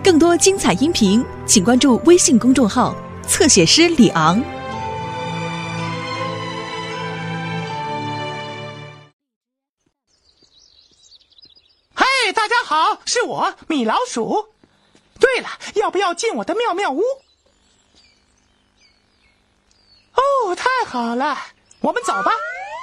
更多精彩音频，请关注微信公众号“侧写师李昂”。 嗨，大家好，是我米老鼠。对了，要不要进我的妙妙屋？哦，太好了，我们走吧。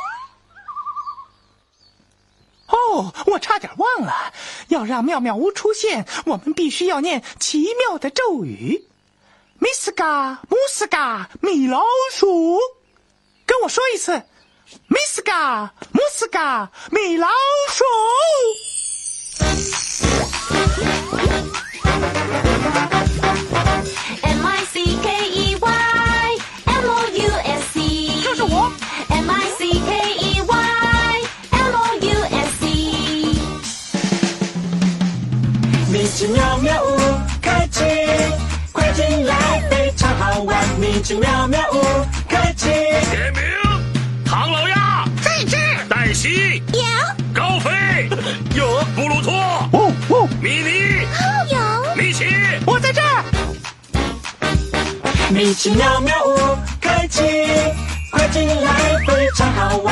哦，我差点忘了，要让妙妙屋出现，我们必须要念奇妙的咒语。米斯嘎姆斯嘎米老鼠，跟我说一次，米斯嘎姆斯嘎米老鼠。 MICKEY，MOUSC， 就是我。 米奇妙妙屋开启，快进来，非常好玩。米奇妙妙屋开启。 点名：唐老鸭在这儿。 黛西有高飞有布鲁托米妮有米奇我在这儿。 米奇妙妙屋开启，快进来，非常好玩。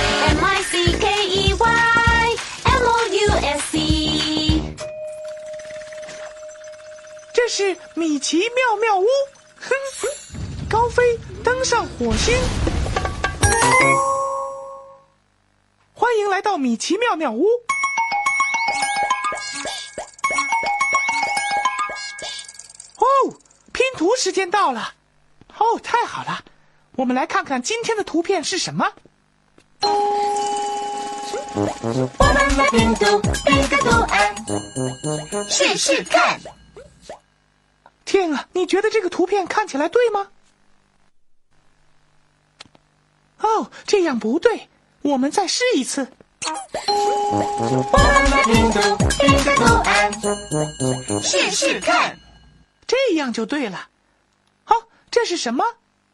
MICKEY，MOUSC。 这是米奇妙妙屋。高飞登上火星。欢迎来到米奇妙妙屋。哦，拼图时间到了。哦，太好了，我们来看看今天的图片是什么。 我们来拼图，拼个图案，试试看。 天啊，你觉得这个图片看起来对吗？哦，这样不对，我们再试一次。 我们来拼图，拼个图案，试试看。 这样就对了。好，这是什么？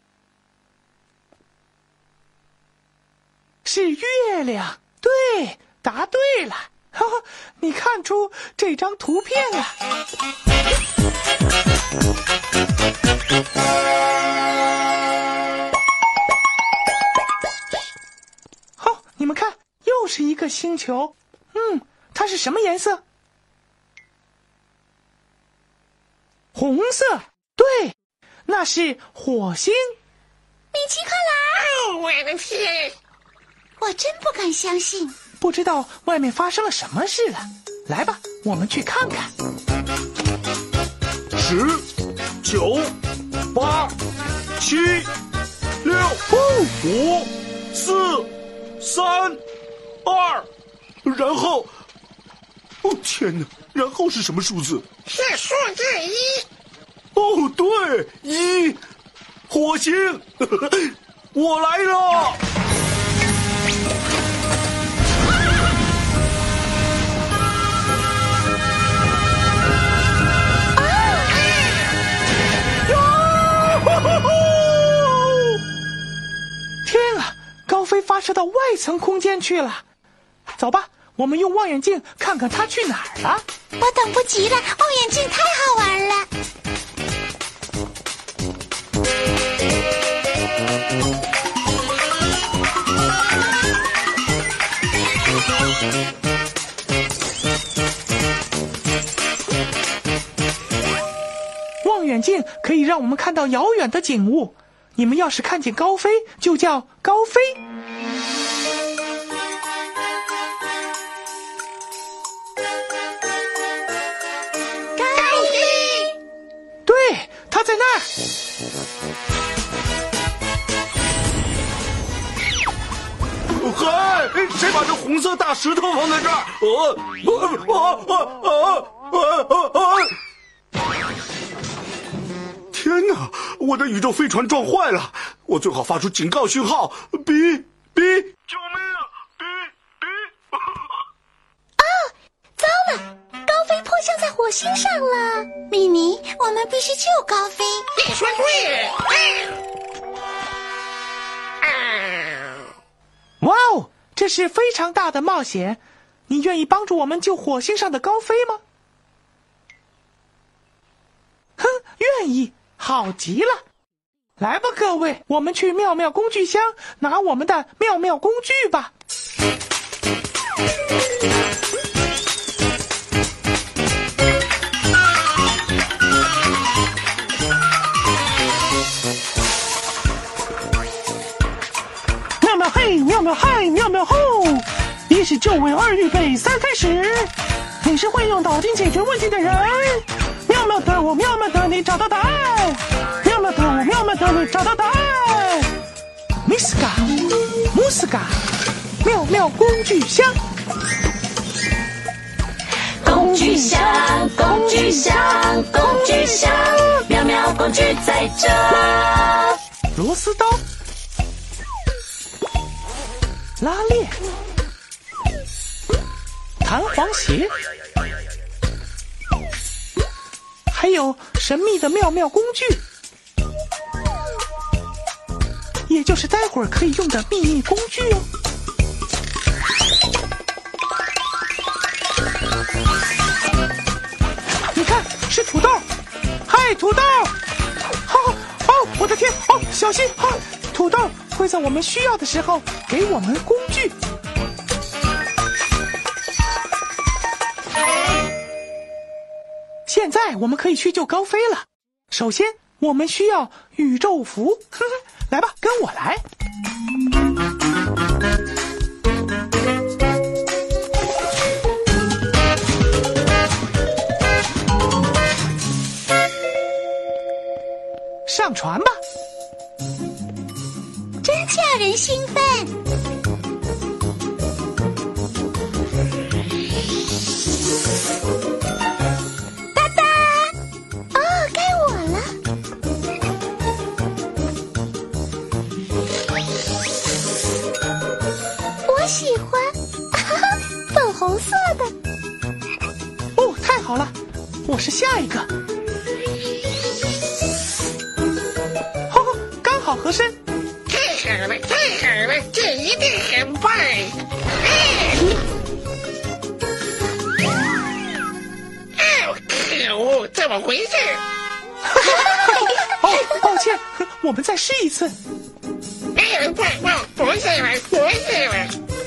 是月亮。对，答对了。哈哈，你看出这张图片了。好，你们看，又是一个星球。它是什么颜色？红色。对，那是火星。 米奇，快来！ 我的天！ 我真不敢相信。 不知道外面发生了什么事了。来吧，我们去看看。 10、9、8、7、6、5、4、3、2，然后，哦天哪！然后是什么数字？ 是数字1。 哦，对，1，火星，我来了。 天啊，高飞发射到外层空间去了。走吧，我们用望远镜看看它去哪儿了。 我等不及了，望远镜太好玩了。 望远镜可以让我们看到遥远的景物。你们要是看见高飞，就叫高飞。 高飞， 对，他在那儿。 嗨，谁把这红色大石头放在这儿？天哪！我的宇宙飞船撞坏了，我最好发出警告讯号，哔哔！救命啊！哔哔！ 糟了，高飞迫降在火星上了。米妮，我们必须救高飞。 你说对。哇哦，这是非常大的冒险。你愿意帮助我们救火星上的高飞吗？ 愿意，好极了。来吧，各位，我们去妙妙工具箱拿我们的妙妙工具吧。 妙妙嘿，妙妙嗨，妙妙吼！一是就位，二预备，三开始。你是会用脑筋解决问题的人。妙妙的我，妙妙的你，找到答案。妙妙的我，妙妙的你，找到答案。 Miska， 穆斯卡，妙妙工具箱。 工具箱，工具箱，工具箱，妙妙工具在这。 螺丝刀，拉链，弹簧鞋，还有神秘的妙妙工具，也就是待会儿可以用的秘密工具哦。你看，是土豆。嗨，土豆！哦，我的天！哦，小心！哈，土豆会在我们需要的时候给我们工具。现在我们可以去救高飞了。首先，我们需要宇宙服。来吧，跟我来。上船吧！ 真叫人兴奋。哒哒，哦，该我了。我喜欢，粉红色的。 哦，太好了，我是下一个。好合身， 太好了，太好了，这一定很棒！可恶，怎么回事？ 哦，抱歉，我们再试一次。 不是了，不是了。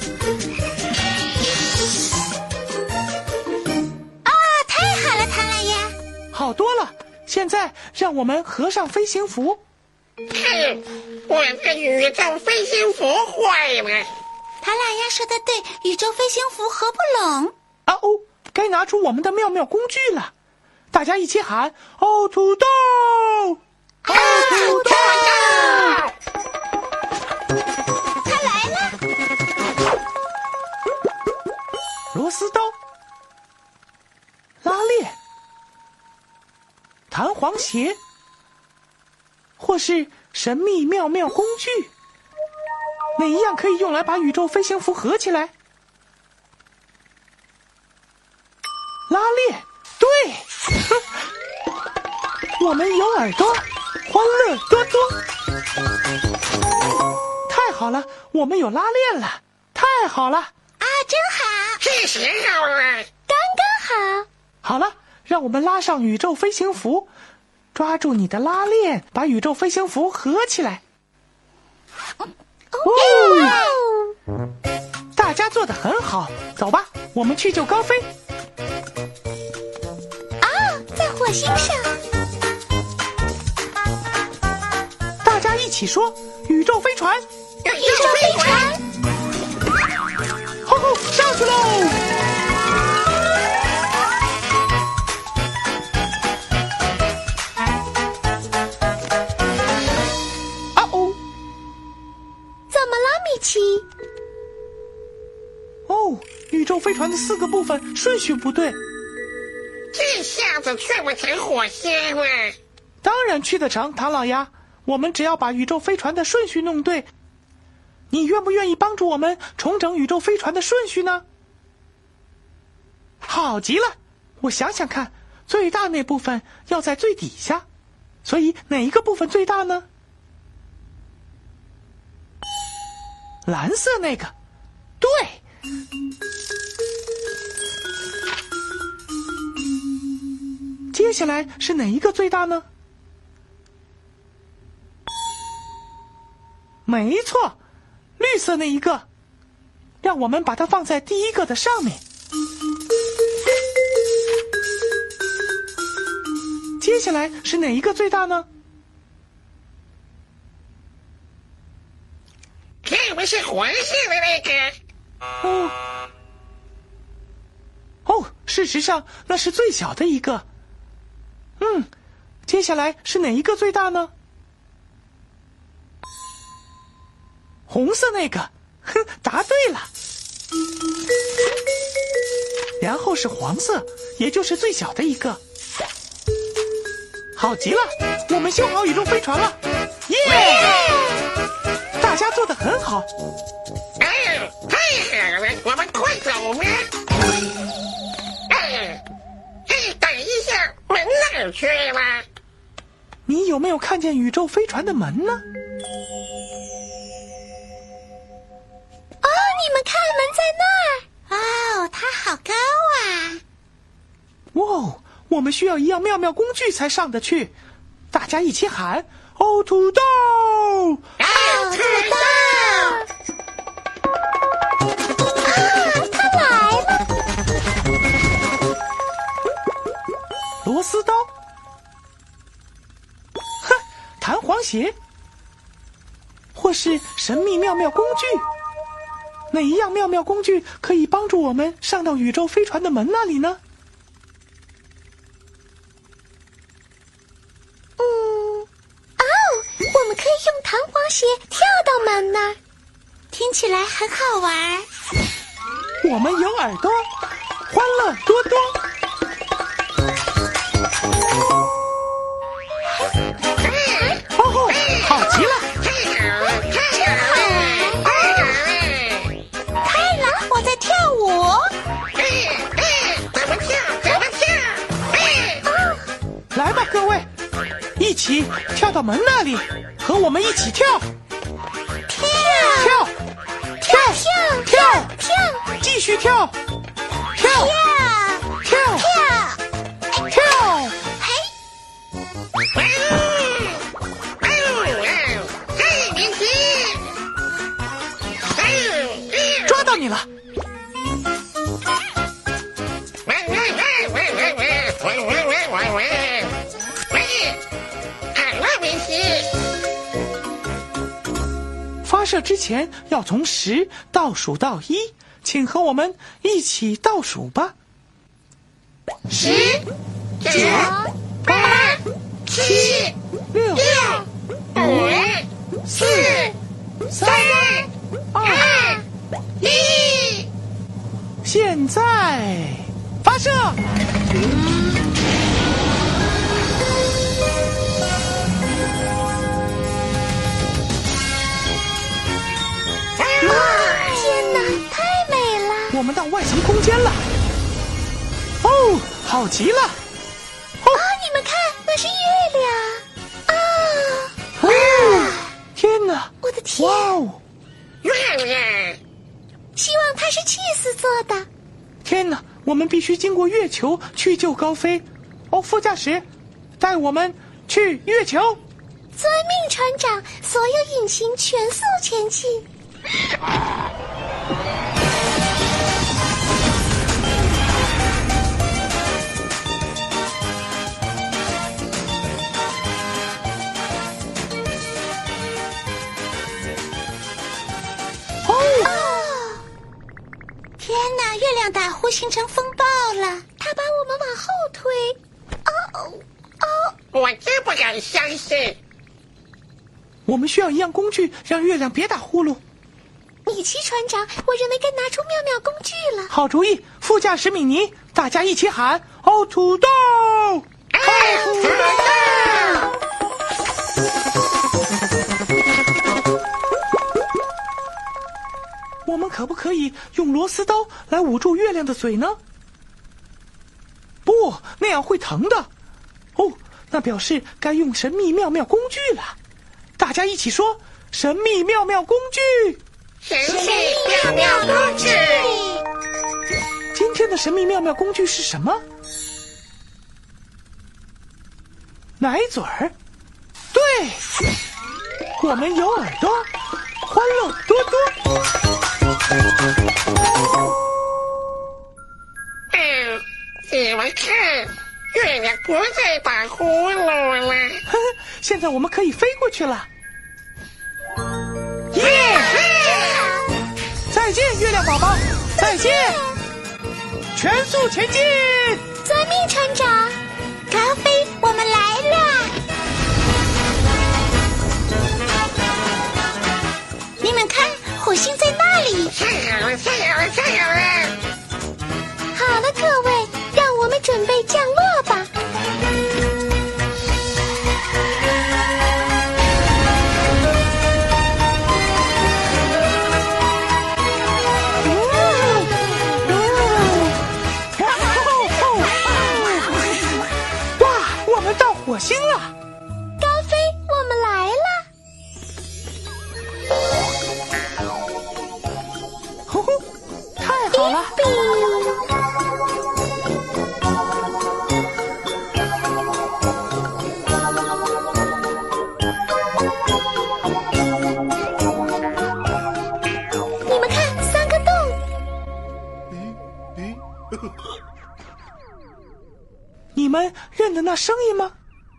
啊，太好了，唐老鸭！ 好多了，现在让我们合上飞行服。 我的宇宙飞行服坏了。 唐老鸭说的对，宇宙飞行服合不拢。 啊哦，该拿出我们的妙妙工具了，大家一起喊：哦，土豆！ 哦，土豆！他来了！ 螺丝刀、拉链、弹簧鞋，或是神秘妙妙工具，哪一样可以用来把宇宙飞行服合起来？拉链，对，我们有耳朵，欢乐多多。太好了，我们有拉链了，太好了！ 啊，真好！ 这时候了， 刚刚好。 好了，让我们拉上宇宙飞行服。抓住你的拉链，把宇宙飞行服合起来。大家做得很好，走吧，我们去救高飞。 啊，在火星上。 大家一起说：宇宙飞船， 宇宙飞船， 吼吼，上去喽！哦，宇宙飞船的4个部分顺序不对， 这下子去不成火星了。 当然去得成，唐老鸭。我们只要把宇宙飞船的顺序弄对，你愿不愿意帮助我们重整宇宙飞船的顺序呢？好极了，我想想看，最大那部分要在最底下，所以哪一个部分最大呢？蓝色那个，对。接下来是哪一个最大呢？ 没错，绿色那一个。让我们把它放在第一个的上面。接下来是哪一个最大呢？ 这不是黄色的那个？ 事实上那是最小的一个。接下来是哪一个最大呢？红色那个。答对了。然后是黄色，也就是最小的一个。好极了，我们修好宇宙飞船了，耶！大家做得很好。 哎，太好了，我们快走吧。等一下，门哪儿去了？ 你有没有看见宇宙飞船的门呢？ 你们看，门在那儿。哦，它好高啊！ 哇，我们需要一样妙妙工具才上得去。大家一起喊：哦，土豆！ 哦，土豆！它来了！ 螺丝刀，弹簧鞋，或是神秘妙妙工具。哪一样妙妙工具可以帮助我们上到宇宙飞船的门那里呢？ 我们可以用弹簧鞋跳到门那儿，听起来很好玩。 我们有耳朵，欢乐多多。好极了！ 我在跳舞。 怎么跳？ 来吧，各位，一起跳到门那里，和我们一起跳，跳，继续跳，跳。抓到你了！发射之前要从10倒数到1，请和我们一起倒数吧。 10、9、8、7、6、5、4、3、2、1， 现在发射！ 天哪，太美了！ 我们到外星空间了。哦，好极了！ 你们看，那是月亮啊！ 天哪！ 我的天！ 哇哦！ 月亮， 希望它是气死做的。 天哪！我们必须经过月球去救高飞。副驾驶，带我们去月球。 遵命，船长。所有引擎全速前进。天哪，月亮打呼形成风暴了，它把我们往后推。 我真不敢相信。 我们需要一样工具，让月亮别打呼噜。 米奇船长，我认为该拿出妙妙工具了。 好主意，副驾驶米妮，大家一起喊：哦，土豆！土豆！我们可不可以用螺丝刀来捂住月亮的嘴呢？不，那样会疼的。那表示该用神秘妙妙工具了。大家一起说：神秘妙妙工具！ 神秘妙妙工具！ 今天的神秘妙妙工具是什么？奶嘴儿。对，我们有耳朵， 欢乐多多。 你们看，月亮不再打呼噜了。 现在我们可以飞过去了。耶！再见，月亮宝宝！再见！全速前进！ 遵命，船长。高飞，我们来了！你们看，火星在那里。 太好了，太好了，太好了！ 好了，各位，让我们准备降落吧。 火星了， 高飞，我们来了！ 呼呼，太好了！ 你们看，3个洞。 你们认得那声音吗？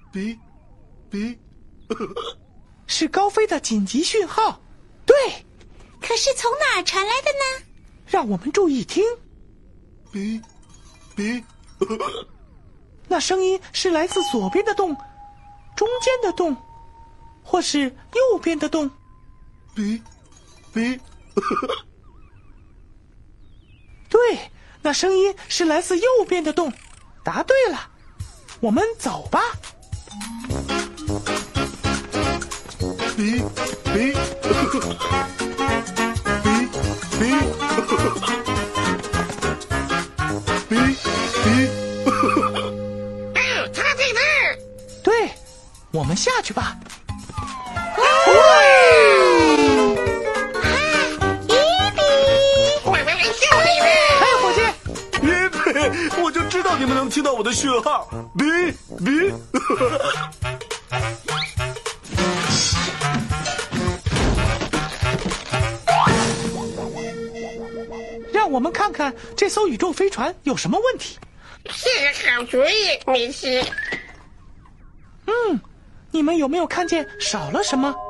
是高飞的紧急讯号。对， 可是从哪儿传来的呢？ 让我们注意听。那声音是来自左边的洞、中间的洞，或是右边的洞。对，那声音是来自右边的洞。答对了，我们走吧。 他在那儿。 对，我们下去吧。 我们来救你们！ 还有伙计， 我就知道你们能听到我的讯号。 让我们看看这艘宇宙飞船有什么问题。 是个好主意，米奇。 你们有没有看见少了什么？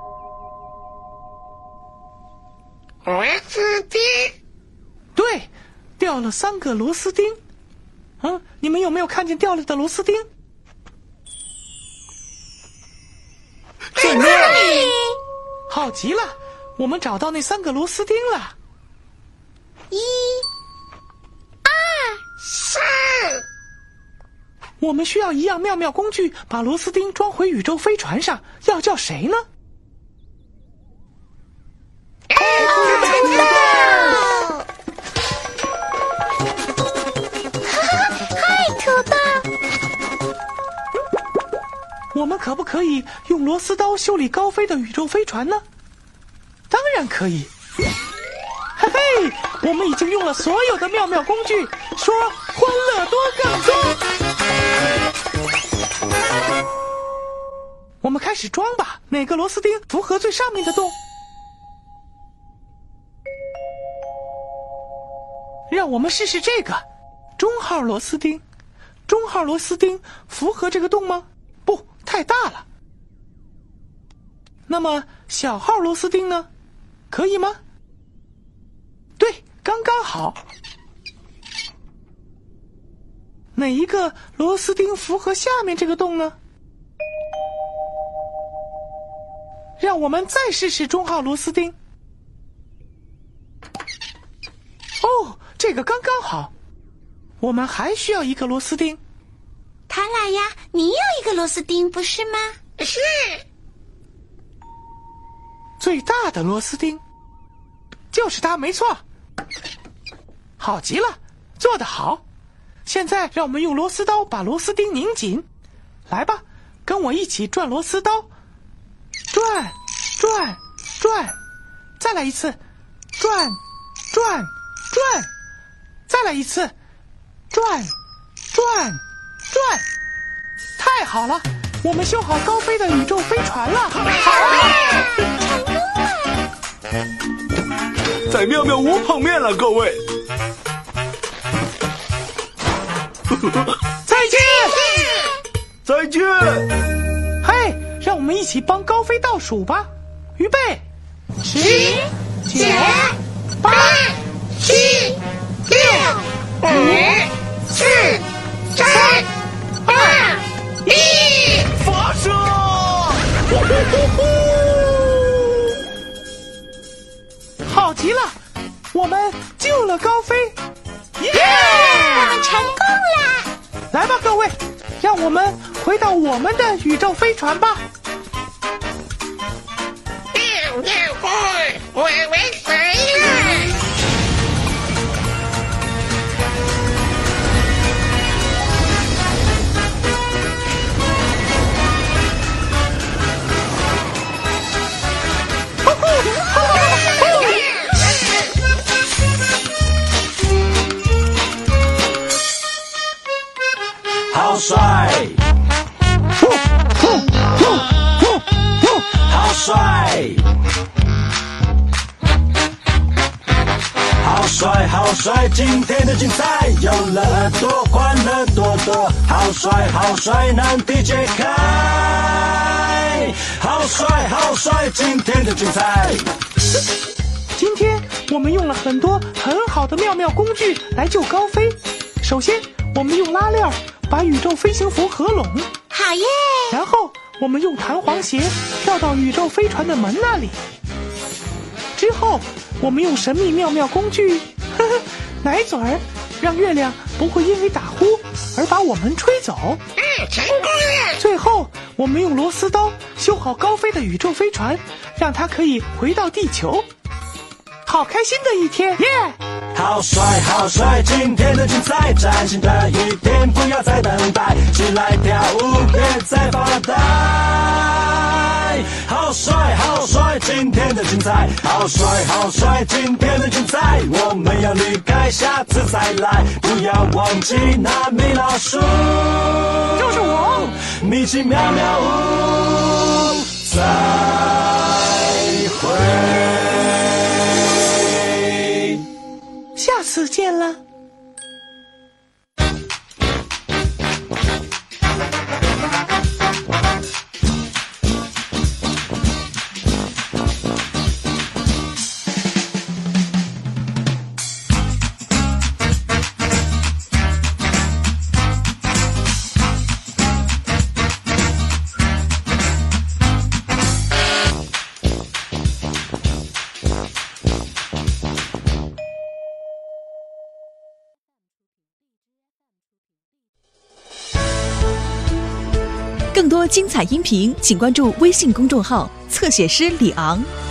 螺丝钉。 对，掉了3个螺丝钉。你们有没有看见掉了的螺丝钉？ 在那里。 好极了，我们找到那3个螺丝钉了。 1、2、 3。 我们需要一样妙妙工具，把螺丝钉装回宇宙飞船上。要叫谁呢？ 嗨，土豆！ 我们可不可以用螺丝刀修理高飞的宇宙飞船呢？当然可以。嘿嘿，我们已经用了所有的妙妙工具，说欢乐多更多。我们开始装吧，哪个螺丝钉符合最上面的洞？让我们试试这个中号螺丝钉。中号螺丝钉符合这个洞吗？不，太大了。那么小号螺丝钉呢？可以吗？对，刚刚好。哪一个螺丝钉符合下面这个洞呢？让我们再试试中号螺丝钉。哦，这个刚刚好。我们还需要一个螺丝钉。 塔拉呀，你有一个螺丝钉不是吗？ 是。 最大的螺丝钉，就是它，没错。好极了，做得好。现在让我们用螺丝刀把螺丝钉拧紧。来吧，跟我一起转螺丝刀，转转转，再来一次，转转转，再来一次，转转转。太好了，我们修好高飞的宇宙飞船了。 好，成功了！ 在妙妙屋碰面了，各位。 再见！ 再见！ 嘿，让我们一起帮高飞倒数吧。预备 10、9、8、7、6、5、4、3、2、1， 发射！ 好极了，我们救了高飞！耶！ 我们成功了！ 来吧，各位，让我们回到我们的宇宙飞船吧。 妙妙屋，我们来了！ 好帅！好帅！好帅！好帅！今天的精彩有了耳朵，欢乐多多。好帅！好帅！难题解开。好帅！好帅！今天的精彩。 今天我们用了很多很好的妙妙工具来救高飞。首先，我们用拉链把宇宙飞行服合拢， 好耶！ 然后我们用弹簧鞋跳到宇宙飞船的门那里。之后，我们用神秘妙妙工具，奶嘴儿，让月亮不会因为打呼而把我们吹走。 成功了！ 最后，我们用螺丝刀修好高飞的宇宙飞船，让它可以回到地球。好开心的一天，耶！ 好帅！好帅！今天的精彩，崭新的一天，不要再等待，起来跳舞，别再发呆。好帅！好帅！今天的精彩，好帅！好帅！今天的精彩，我们要离开，下次再来，不要忘记那米老鼠， 就是我， 米奇妙妙屋，再会。 下次见了。 更多精彩音频，请关注微信公众号“侧写师李昂”。